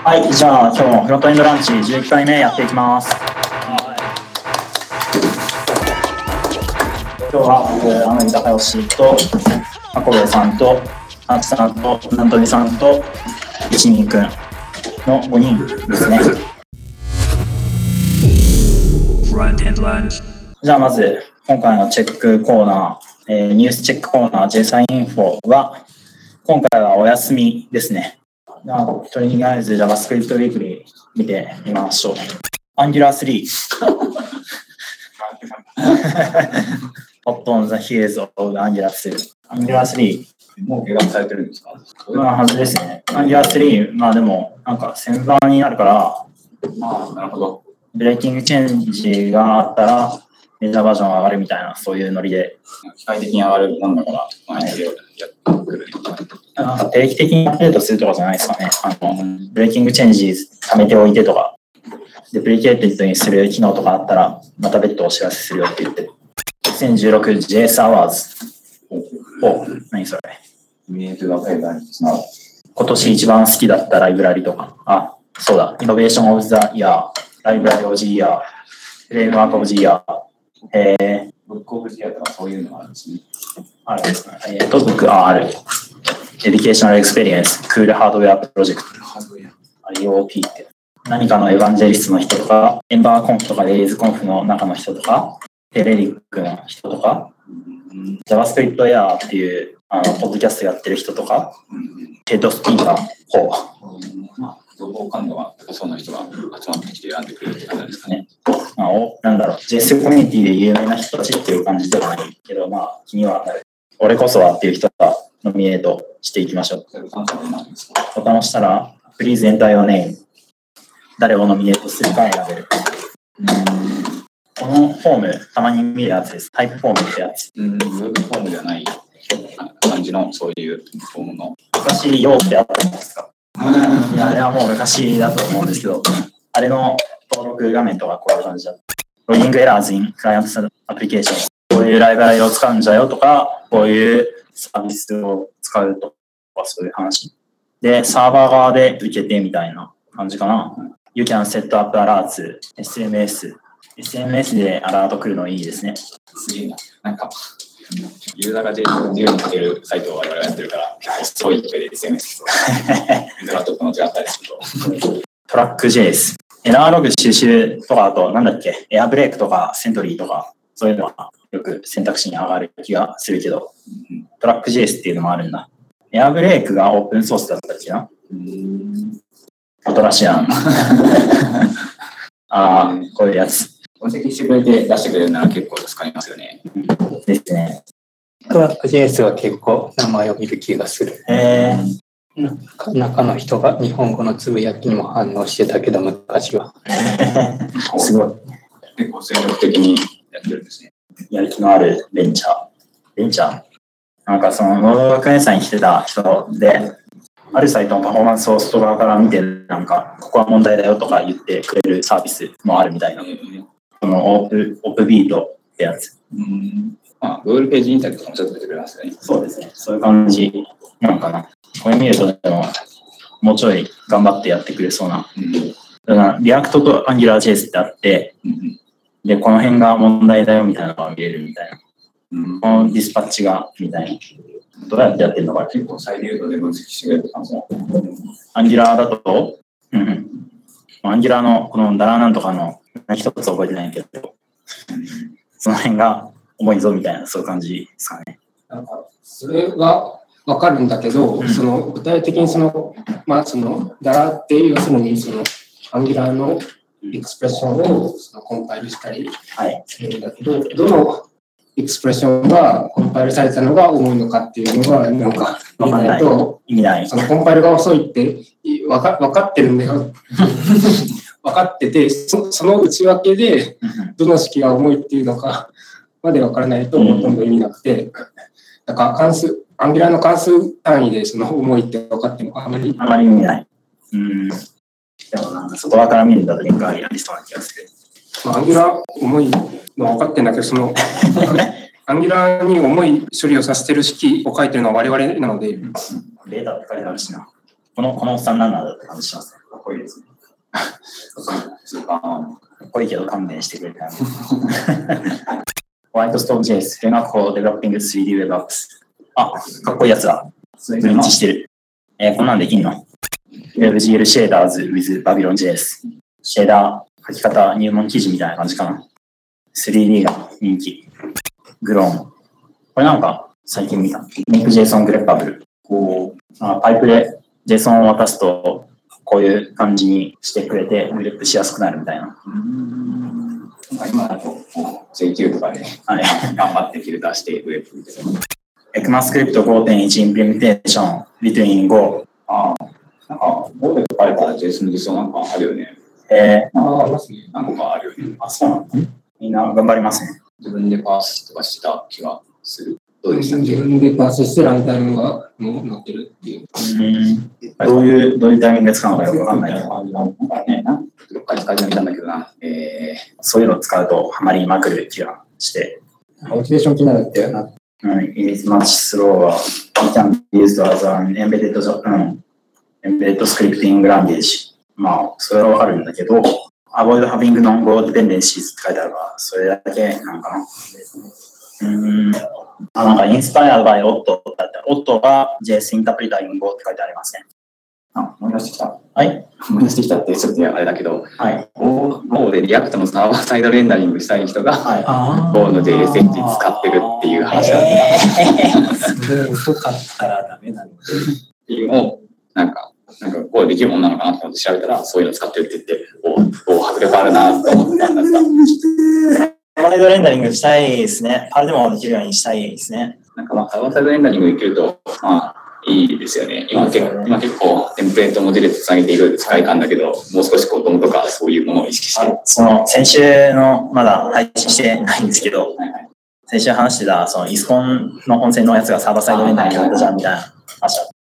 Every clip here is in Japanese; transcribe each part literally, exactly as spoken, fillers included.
はい、じゃあ今日もフロントエンドランチじゅういっかいめやっていきます。はい、今日は僕、天海隆義と真壁さんとあつさんとなんとみさんと一人くんのごにんですね。じゃあまず今回のチェックコーナー、えー、ニュースチェックコーナー ジェイエスアイ インフォは今回はお休みですね。とりあえず JavaScript Weekly 見てみましょう。Angular スリー Hot on the heels of Angular スリー Angular スリーもう計画されてるんですか？ まあはずですね。Angular スリー、まあでもなんか先番になるから、 ああ、なるほど。 ブレーキングチェンジがあったらメジャーバージョン上がるみたいな、そういうノリで。 機械的に上がるもんだから、まあ、やってくる。 なんか定期的にアップデートするとかじゃないですかね。あのブレーキングチェンジ貯めておいてとか、デプリケーテッドにする機能とかあったら、また別途お知らせするよって言って。にせんじゅうろく ジェイエス アワーズ。お、何それ。 見えてるわけないですな。 今年一番好きだったライブラリとか。あ、そうだ。イノベーションオブザイヤー、ライブラリオブザイヤー、フレームワークオブザイヤー。えー、 ブックオブザイヤーとかそういうのがあるんですね。 あるんですか。えっと、ブック、あ、ある。エデュケーショナルエクスペリエンス、クールハードウェアプロジェクト。アイオーピー って。何かのエヴァンジェリストの人とか、エンバーコンフとかレイズコンフの中の人とか、テレリックの人とか、JavaScript Air っていうあのポッドキャストやってる人とか、ヘッドスピーカー、こう。まあ、情報感度が高そうな人が集まってきて選んでくれるって感じですかね。 まあ、おなんだろう、ジェイエス コミュニティで有名な人たちっていう感じではないけど、まあ、気にはなる。俺こそはっていう人がノミネートしていきましょう。ボタンを押したら、Please enter your name。誰をノミネートするか選べる。このフォーム、たまに見るやつです。タイプフォームってやつ。 うん、ウェブフォームではない感じの、そういうフォームの。 昔、用ってあったんですか？いや、あれはもう昔だと思うんですけど、あれの登録画面とかこういう感じだった。ローディングエラーズインクライアントアプリケーション。こういうライブラリを使うんじゃよとか、こういうサービスを使うとか、そういう話。で、サーバー側で受けてみたいな感じかな。You can set up alerts、エスエムエス。エスエムエス でアラート来るのいいですね。 すげえな。なんか、ユーザーが ジェイエス を自由に書けるサイトを我々がやってるから、そういうで エスエムエス とユーザーとこの違ったりすると。 トラック ジェイエス。エラーログ収集とか、あと、なんだっけ、エアブレイクとか、セントリーとか、そういうのはよく選択肢に上がる気がするけど、うん、トラック ジェイエス っていうのもあるんだ。エアブレイクがオープンソースだったっけな。アトラシアン。ああ、こういうやつ。 分析してくれて出してくれるなら結構助かりますよね。 ですね。 トラック ジェイエス は結構名前を見る気がする。 へー。中の人が日本語のつぶやきにも反応してたけど、昔は。 すごい。 結構精力的にやってるんですね。 やる気のあるベンチャー。ベンチャーなんかその農業学園祭に来てた人で、あるサイトのパフォーマンスを外側から見て、なんか、ここは問題だよとか言ってくれるサービスもあるみたいな。このオープ、オープビートってやつ。 うんまあ、Google ページインタビューとかもちょっと出てくれますよね。 そうですね。そういう感じなのかな。これ見るとでも、もうちょい頑張ってやってくれそうな。うん、だからリアクトと AngularJS ってあって、うん、で、この辺が問題だよみたいなのが見えるみたいな。うん、このディスパッチがみたいな。どうやってやってるのか結構再流動で分析してくれる感じだ。 Angular だと、うん、Angular のこのダラーなんとかの一つ覚えてないけど、その辺が重いぞみたいな、そういう感じですかね。 なんかそれは分かるんだけど、うん、その具体的にその、まあ、そのダラーって要するにその Angular のエクスプレッションをそのコンパイルしたりするんだけど、はい、どのエクスプレッションがコンパイルされたのが重いのかっていうのがなんか見ないと、 意味ない。 そのコンパイルが遅いって分か、分かってるんだよ。分かってて、そ, その内訳でどの式が重いっていうのかまで分からないとほとんど意味なくて、だから関数、アンギュラーの関数単位でその重いって分かってもあまりあまり意味ない。うん。でもなんか外側から見るんだと限界ありそうな気がする。 まあ、アンギュラー重いの分かってるんだけど、そのアンギュラーに重い処理をさせてる式を書いてるのは我々なので。 データって書いてあるしな。この、このおっさん何なんだって感じしますね。 こいいですね。スーパーマン。 かっこいいけど勘弁してくれた。ホワイトストーク ジェイエス、Framework for Developing スリーディー Web Apps。あ、かっこいいやつだ。ブリッジしてる。えー、こんなんできんの ?WebGL Shaders with Babylon ジェイエス。シェーダー、書き方、入門記事みたいな感じかな。スリーディー が人気。グローン。これなんか最近見た。Make.json グレッパブル。こうあ、パイプで JSON を渡すと、こういう感じにしてくれて、グレップしやすくなるみたいな。 うん今だと ジェイキュー とかで、はい、頑張ってフィルターしてウェブみたいな。 ECMAScript ごてんいち インプリメンテーション between Go。 ああ、なんか、Go で書かれた JSON の実装なんかあるよね。 えー、 ああ、何個かあるよね。 あ、そうなの？みんな頑張りますね。 自分でパースとかした気がする。どうでしたっけ？ 自分でパースしてランタイムがもう載ってるっていう。 うんどういう、どういうタイミングで使うのかよくわかんないけど。 なんかね、どっかで使いてみたんだけどな。えー、 そういうのを使うとハマりまくる気がして。 モチベーション気になるってな。 うん、it is much slower. It can be used as an embedded, うん、embedded scripting language. まあ、それはわかるんだけど、avoid having non-Go dependencies って書いてあるから、それだけなんかな。うんあ、なんか inspired by Otto ってあって、Otto が ジェイエス インタープリター in Go って書いてありますね。 あ、思い出してきた。 はい。 思い出してきたってちょっとあれだけど、 はい。 Go でリアクトのサーバーサイドレンダリングしたい人が、はい、Go の ジェイエス エンジン使ってるっていう話だった。 それ遅かったらダメなので。 っていうのを、なんか、なんか Go でできるもんなのかなと思って調べたら、そういうの使ってるって言って、おお、迫力あるなと思ったんだった。 サイドレンダリングしたいですね。パルでもできるようにしたいですね。 なんかまあ、サーバーサイドレンダリングできると、まあ、いいですよね。今結構、今結構テンプレートモデルでつなげていろいろ使い感だけど、もう少しこう、ドムとかそういうものを意識して。 その、先週の、まだ配信してないんですけど、はいはい、先週話してた、その、イスコンの本線のやつがサーバーサイドレンダリングだったじゃん、みたいな話だった。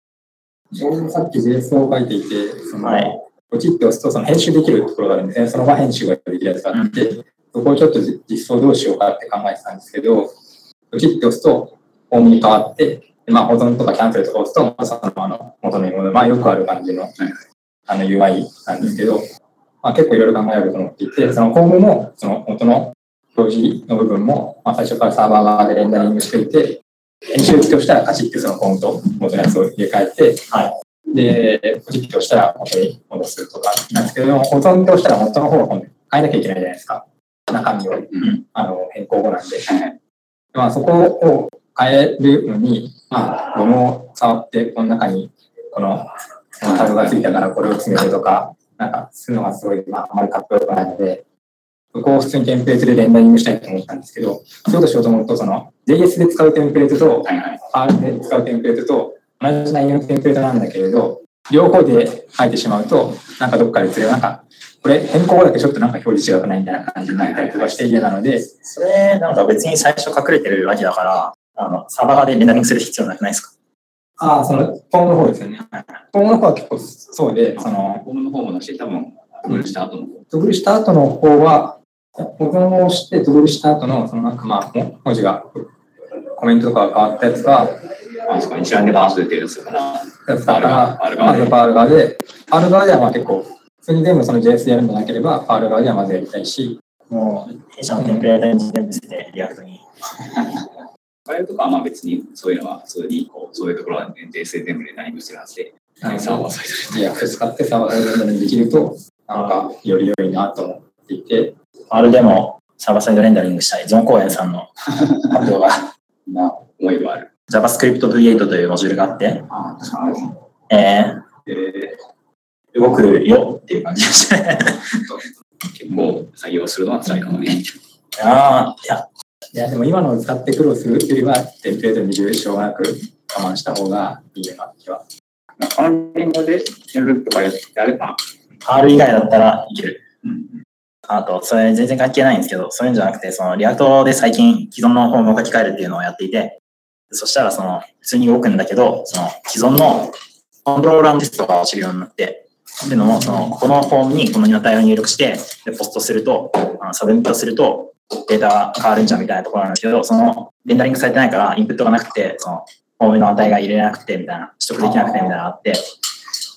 俺もさっき ジェイエス を書いていて、その、はい、ポチッと押すとその編集できるところがあるんですね。その場編集ができるやつがあって、うん、そこをちょっと実装どうしようかって考えてたんですけど、ポチッと押すと、ホームに変わって、まあ、保存とかキャンセルとか押すと、そのあの元のもの、まあ、よくある感じの、はい、あの ユーアイ なんですけど、まあ、結構いろいろ考えると思っていて、そのホームのその元の表示の部分も、まあ、最初からサーバー側でレンダリングしていて、編集をしたらカチッとそのホームと元のやつを入れ替えて、はい、で、ポチッと押したら元に戻すとかなんですけど、保存と押したら元の方を変えなきゃいけないじゃないですか。中身を、うん、あの変更後なんで。まあ、そこを変えるのに、まあ、ゴムを触って、この中にこのタグがついたからこれを詰めるとか、なんか、するのがすごい、まあ、あまりかっこよくないので、そこを普通にテンプレートでレンダリングしたいと思ったんですけど、そういうことしようと思うと、その ジェイエス で使うテンプレートと、アール で使うテンプレートと、同じ内容のテンプレートなんだけれど、両方で書いてしまうと、なんかどっかでずれ、なんか、これ変更だけちょっとなんか表示違くないみたいな感じになったりとかして嫌なので、それなんか別に最初隠れてるわけだから、あのサーバー側でレンダリングする必要なくないですか？ああ、そのフォームの方ですよね。フォームの方は結構そうで、そのフォームの方もだし、多分トグルした後の方。 トグルした後の方は、保存をしてトグルした後のそのなんかまあ文字がコメントとかが変わったやつが、 あそこに一覧でバース出てるんですよから。 やつだから、まずパール側で、パール側ではまあ結構普通に全部その ジェイエス でやるんじゃなければ、パール側ではまずやりたいし、もう弊社のテンプレートに全部捨ててリアクトに。 あれとかはまあ別にそういうのはそういうこうそういうところは ジェイエス で全部で何もしてるはずで、サーバーサイドでリアクト使ってサーバーサイドにできるとなんかより良いなと思っていて、 あれでもサーバーサイドレンダリングしたいゾン公園さんの発表がまあ思いはある。 JavaScript ブイエイト というモジュールがあって、ああえーえー、動くよっていう感じでした。 結構作業するのは辛いかもね。 ああ、いや。いやでも今のを使って苦労するよりはテンプレートにしょうがなく我慢した方がいいような気は。 あの言語でやるとかやればアール 以外だったらいける。うん、あとそれ全然関係ないんですけど、そういうんじゃなくてそのリアクトで最近既存のフォームを書き換えるっていうのをやっていて、そしたらその普通に動くんだけど、その既存のコントローラーのテストが落ちるようになって、っていうのもそのこのフォームにこの値を入力してでポストするとあのサブミットするとデータが変わるんじゃんみたいなところなんですけど、そのレンダリングされてないからインプットがなくて、そのフォームの値が入れなくてみたいな、取得できなくてみたいなのがあって、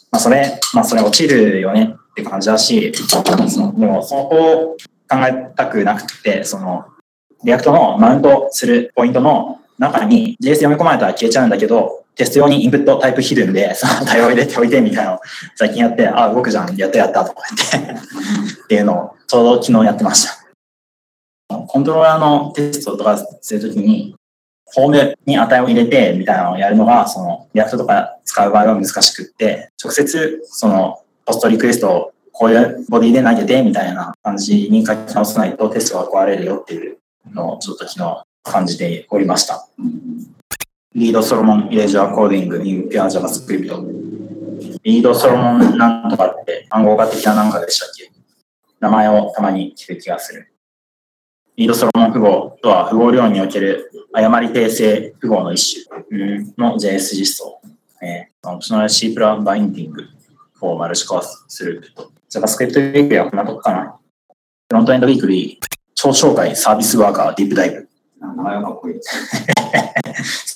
まあ、それ、まあ、それ落ちるよねって感じだし、そのでもそこを考えたくなくて、その、リアクトのマウントするポイントの中に ジェイエス 読み込まれたら消えちゃうんだけど、テスト用にインプットタイプヒドゥンで、その対応入れておいてみたいなのを最近やって、あ、動くじゃん、やったやったとか言って、っていうのをちょうど昨日やってました。コントローラーのテストとかするときに、フォームに値を入れてみたいなのをやるのが、そのリアクトとか使う場合は難しくって、直接そのポストリクエストをこういうボディで投げてみたいな感じに書き直さないとテストが壊れるよっていうのをちょっと昨日感じておりました。リードソロモンイレージャーコーディング in pure JavaScript。リードソロモンなんとかって暗号化的ななんかでしたっけ？名前をたまに聞く気がする。リードソロモン符号とは符号量における誤り訂正符号の一種の ジェイエス 実装。えー、オプショナル C プラバインディングをマルチ化すると。JavaScript ウィークリーはこんなとこかな。フロントエンドウィークリー、超紹介サービスワーカーディープダイブ。 名前はかっこいいです。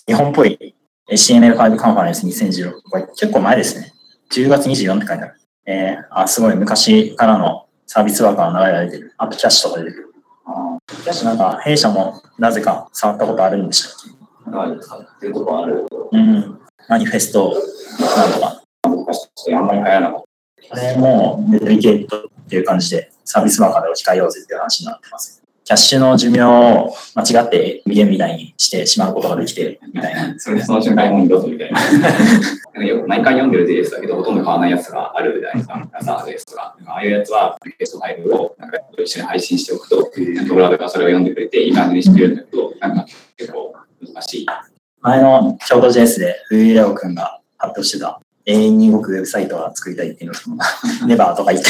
日本っぽい エイチティーエムエルファイブ カンファレンスにせんじゅうろく。これ結構前ですね。じゅうがつにじゅうよっかって書いてある。えー、あ、すごい昔からのサービスワーカーの流れが出てる。アップキャッシュとか出てくる。あキャッシュなんか弊社もなぜか触ったことあるんでしたっけ？ なんか使ってるとこある。 うん。マニフェストなんとか。 あんまり流行らなかった。 これもデリケートっていう感じでサービスワーカーで置き換えようぜっていう話になってます。キャッシュの寿命を間違ってビゲンみたいにしてしまうことができてみたいな。 それでその瞬間にどうぞみたいな。毎回読んでる ジェイエス だけどほとんど変わらないやつがあるじゃないですか。サー ジェイエス とか。ああいうやつはリクエストファイルをなんか一緒に配信しておくと、ブラウザがそれを読んでくれていい感じにしてくれるんだけど、なんか結構難しい。前の京都 ジェイエス で藤井レオ君が発表してた永遠に動くウェブサイトが作りたいっていうのをネバーとか言って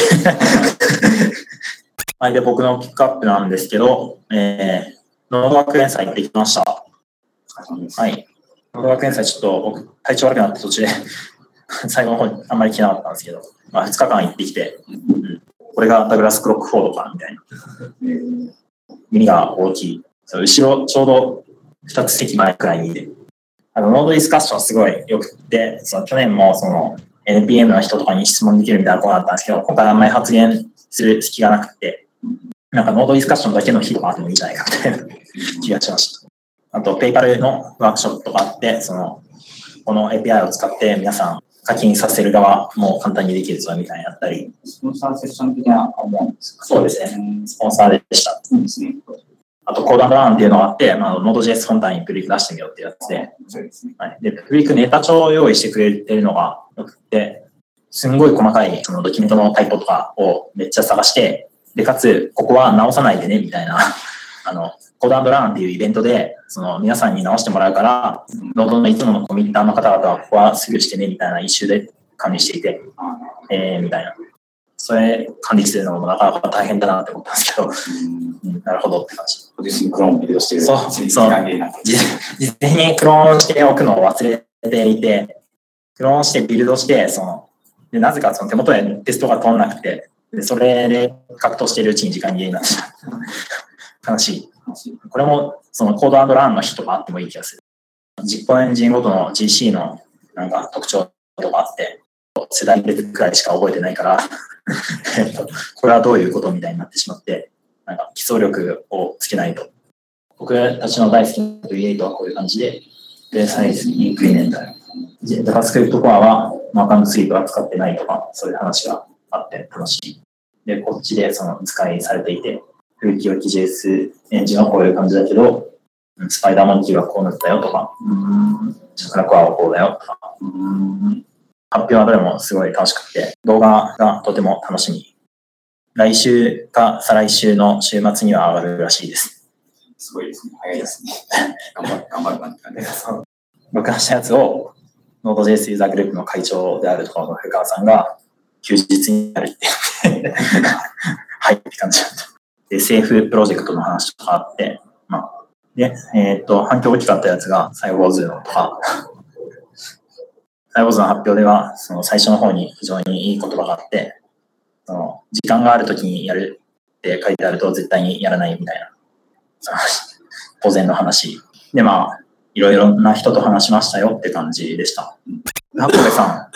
はい、で僕のピックアップなんですけど、えー、ノード学園祭行ってきました。はい。ノード学園祭ちょっと僕体調悪くなって途中で最後の方あんまり来なかったんですけど、まあ、ふつかかん行ってきて、うん、これがダグラス・クロックフォードかみたいな。耳が大きい。そう後ろちょうどふたつ席前くらいにいて、あのノードディスカッションすごい良くて、その去年もその エヌピーエム の人とかに質問できるみたいなことだったんですけど、今回あんまり発言する隙がなくて、なんかノードディスカッションだけの日とかあってもいいんじゃないかみたいな気がしました。あと、ペイパルのワークショップとかあって、その、この エーピーアイ を使って皆さん課金させる側も簡単にできるぞみたいなやったり。 スポンサーセッション的なものですか？ そうですね。スポンサーでした。そうですね。あと、コード&ランっていうのがあって、まあ、ノード ジェイエス 本体にプリク出してみようっていうやつで、 そうですね。 はい、で、プリクネタ帳を用意してくれてるのがよくて、すんごい細かいそのドキュメントのタイプとかをめっちゃ探して、で、かつ、ここは直さないでね、みたいな、あの、コード&ランっていうイベントで、その皆さんに直してもらうから、ノードのいつものコミッターの方々はここはすぐしてね、みたいな一周で管理していて、えー、みたいな。それ管理するのもなかなか大変だなって思ったんですけど、うん、なるほどって感じ。 ご自身クローンをビルドしてる。 そう、そう。事前にクローンしておくのを忘れていて、クローンしてビルドして、その、でなぜかその手元でテストが通らなくて、でそれで格闘しているうちに時間切れになってしまう。悲しい。これもそのコード&ランの日とかあってもいい気がする。実行エンジンごとの ジーシー のなんか特徴とかあって、世代レベルくらいしか覚えてないから、これはどういうことみたいになってしまって、なんか基礎力をつけないと。僕たちの大好きな ブイエイト はこういう感じで、ベースサイズインクリメンタル。JavaScript Core はアカウントスイープは使ってないとか、そういう話があって楽しい。で、こっちでその使いされていて、古き良き ジェイエス エンジンはこういう感じだけど、スパイダーモンキーはこうなったよとか、チャクラコアはこうだよとか、発表はどれもすごい楽しくて、動画がとても楽しみ。来週か再来週の週末には上がるらしいです。 すごいですね。早いですね。頑張る、頑張るなって感じです。 録画したやつを、ノード ジェイエス ユーザーグループの会長であるところの古川さんが、休日になるって言って、はいって感じだった。で、政府プロジェクトの話とかあって、まあ、で、えっと、反響大きかったやつが、サイボーズのとか、サイボーズの発表では、その最初の方に非常にいい言葉があって、その時間があるときにやるって書いてあると絶対にやらないみたいな、当然の話。で、まあ、いろいろな人と話しましたよって感じでした。ハコベさん、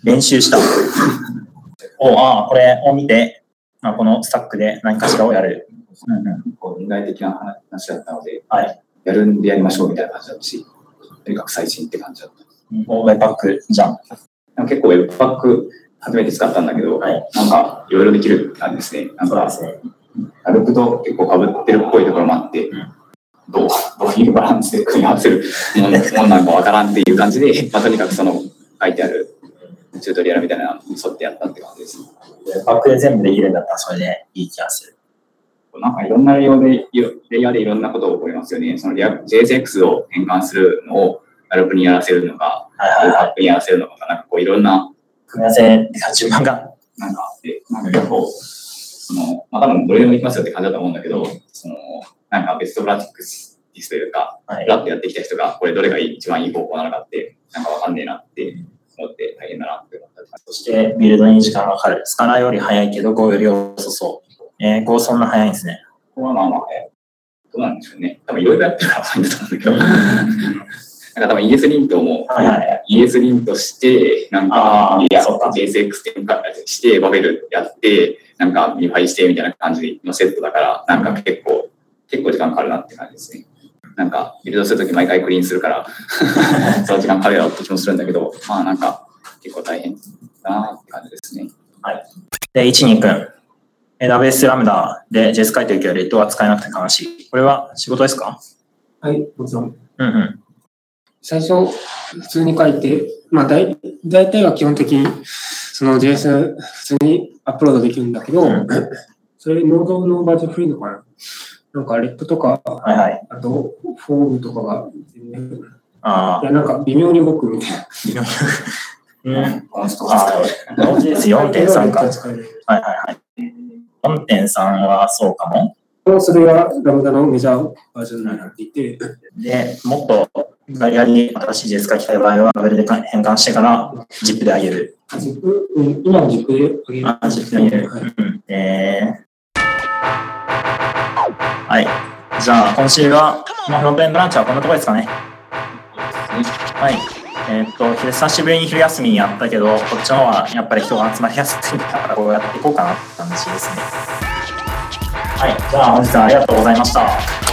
練習した。おああ、これを見て、まあ、このスタックで何かしらをやる。 うんうん、こう未来的な話だったので、 はい、 やるんでやりましょうみたいな感じだったし、とにかく最新って感じだった。 ウェブパックじゃん。 結構ウェブパック初めて使ったんだけど、はい、なんかいろいろできる感じですね。なんか、アルクと結構被ってるっぽいところもあって、うん、どう、どういうバランスで組み合わせるものなんかわからんっていう感じで、まあ、とにかくその書いてあるチュートリアルみたいなのに沿ってやったって感じです。 バックで全部できるんだったらそれでいい気がする。 なんかいろんなレイヤーで、レイヤーでいろんなことが起こりますよね。その ジェイエスエックス を変換するのをアルプにやらせるのか、バックにやらせるのか、なんかこういろんな組み合わせってか順番がなんかあって、なんか結構、その、まあ多分どれでもいきますよって感じだと思うんだけど、その、なんかベストプラクティクスというか、はい、ラッとやってきた人がこれどれが一番いい方法なのかって、なんかわかんねえなって思って大変だなって思った。 そしてビルドに時間がかかる。スカラより早いけど Go より遅そう。えー、Go そんな早いんですね。 ここはまあまあ早い。どうなんでしょうね。多分いろいろやってるから早いんだと思うんだけど。なんか多分 イーエス リントも、はいはい、イーエス リントして、なんか、いや、ジェイエスエックス 転換して、バベルやって、なんか見張りしてみたいな感じのセットだから、なんか結構、結構時間かかるなって感じですね。なんか、ビルドするとき毎回クリーンするから、その時間かかるよって気もするんだけど、まあなんか、結構大変だなって感じですね。 はい。で、いち、にくん。エーダブリューエス ラムダで ジェイエス 書いてるけど、レッドは使えなくて悲しい。これは仕事ですか？ はい、もちろん。 うんうん。最初、普通に書いて、まあ大、大体は基本的に、その ジェイエス 普通にアップロードできるんだけど、うん、それ、ノードのバージョンフリーのかな？なんか、レッドとか、 はいはい、 あと、フォームとかが全然、 あいや、なんか微妙に動くみたいな。 微妙に動く。うん。ああ、ノードジェイエスよんてんさん か。はいはいはい。よんてんさん はそうかも。 それがラムダのメジャーバージョンになっていて、 で、もっとガリガリに新しい ジェイエス 書きたい場合は、ラベルで変換してから、ジップ で上げる。 ジップ、うん、今は ジップ で上げる。 あ、ジップ で上げる。はい。うん、えー、はい。じゃあ、今週は、まあ、フロントエンドランチはこんなところですかね。はい。えー、っと、久しぶりに昼休みやったけど、こっちの方はやっぱり人が集まりやすいから、こうやっていこうかなって感じですね。はい。じゃあ、本日はありがとうございました。